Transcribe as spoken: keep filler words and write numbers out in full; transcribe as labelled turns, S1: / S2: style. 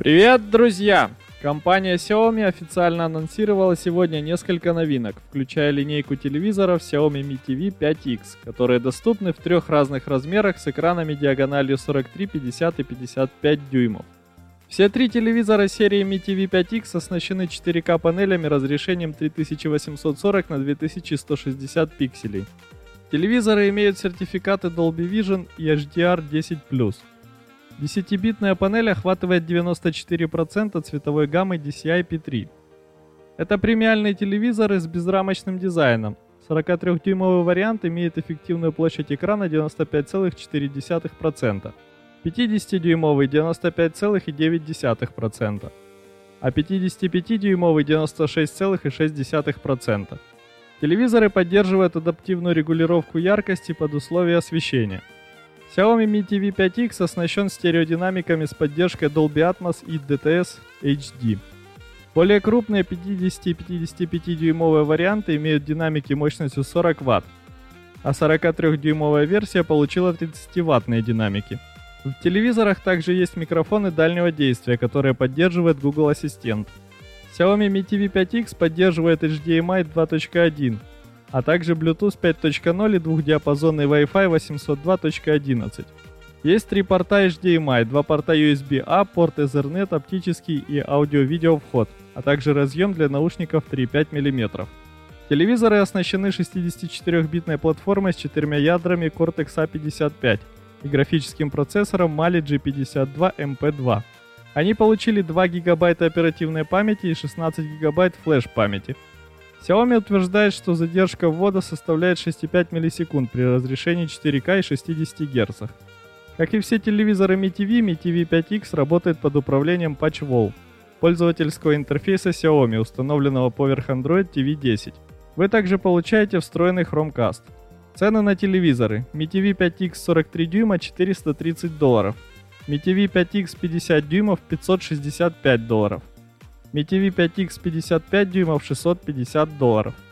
S1: Привет, друзья! Компания Xiaomi официально анонсировала сегодня несколько новинок, включая линейку телевизоров Xiaomi Mi ти ви пять икс, которые доступны в трех разных размерах с экранами диагональю сорок три, пятьдесят и пятьдесят пять дюймов. Все три телевизора серии Mi ти ви пять икс оснащены четыре ка панелями разрешением три тысячи восемьсот сорок на две тысячи сто шестьдесят пикселей. Телевизоры имеют сертификаты Dolby Vision и эйч ди ар десять плюс. десятибитная панель охватывает девяносто четыре процента цветовой гаммы ди си ай пи три. Это премиальные телевизоры с безрамочным дизайном. сорокатрёхдюймовый вариант имеет эффективную площадь экрана девяносто пять целых четыре десятых процента, пятидесятидюймовый девяносто пять целых девять десятых процента, а пятидесятипятидюймовый девяносто шесть целых шесть десятых процента. Телевизоры поддерживают адаптивную регулировку яркости под условия освещения. Xiaomi Mi ти ви пять икс оснащен стереодинамиками с поддержкой Dolby Atmos и ди ти эс эйч ди. Более крупные пятидесяти- и пятидесятипятидюймовые варианты имеют динамики мощностью сорок ватт, а сорокатрёхдюймовая версия получила тридцативаттные динамики. В телевизорах также есть микрофоны дальнего действия, которые поддерживает Google Ассистент. Xiaomi Mi ти ви пять икс поддерживает эйч ди эм ай два точка один, а также Bluetooth пять точка ноль и двухдиапазонный Wi-Fi восемьсот два точка одиннадцать. Есть три порта эйч ди эм ай, два порта ю эс би-A, порт Ethernet, оптический и аудио-видео вход, а также разъем для наушников три и пять миллиметров. Телевизоры оснащены шестидесятичетырёхбитной платформой с четырьмя ядрами Cortex а пятьдесят пять и графическим процессором Mali джи пятьдесят два эм пи два. Они получили два гигабайта оперативной памяти и шестнадцать гигабайт флеш-памяти. Xiaomi утверждает, что задержка ввода составляет шесть и пять миллисекунд при разрешении четыре ка и шестидесяти герцах. Как и все телевизоры Mi ти ви, Mi ти ви пять икс работает под управлением PatchWall, пользовательского интерфейса Xiaomi, установленного поверх Android ти ви десять. Вы также получаете встроенный Chromecast. Цены на телевизоры: Mi ти ви пять икс сорок три дюйма четыреста тридцать долларов, Mi ти ви пять икс пятьдесят дюймов пятьсот шестьдесят пять долларов, Mi ти ви пять икс пятьдесят пять дюймов шестьсот пятьдесят долларов.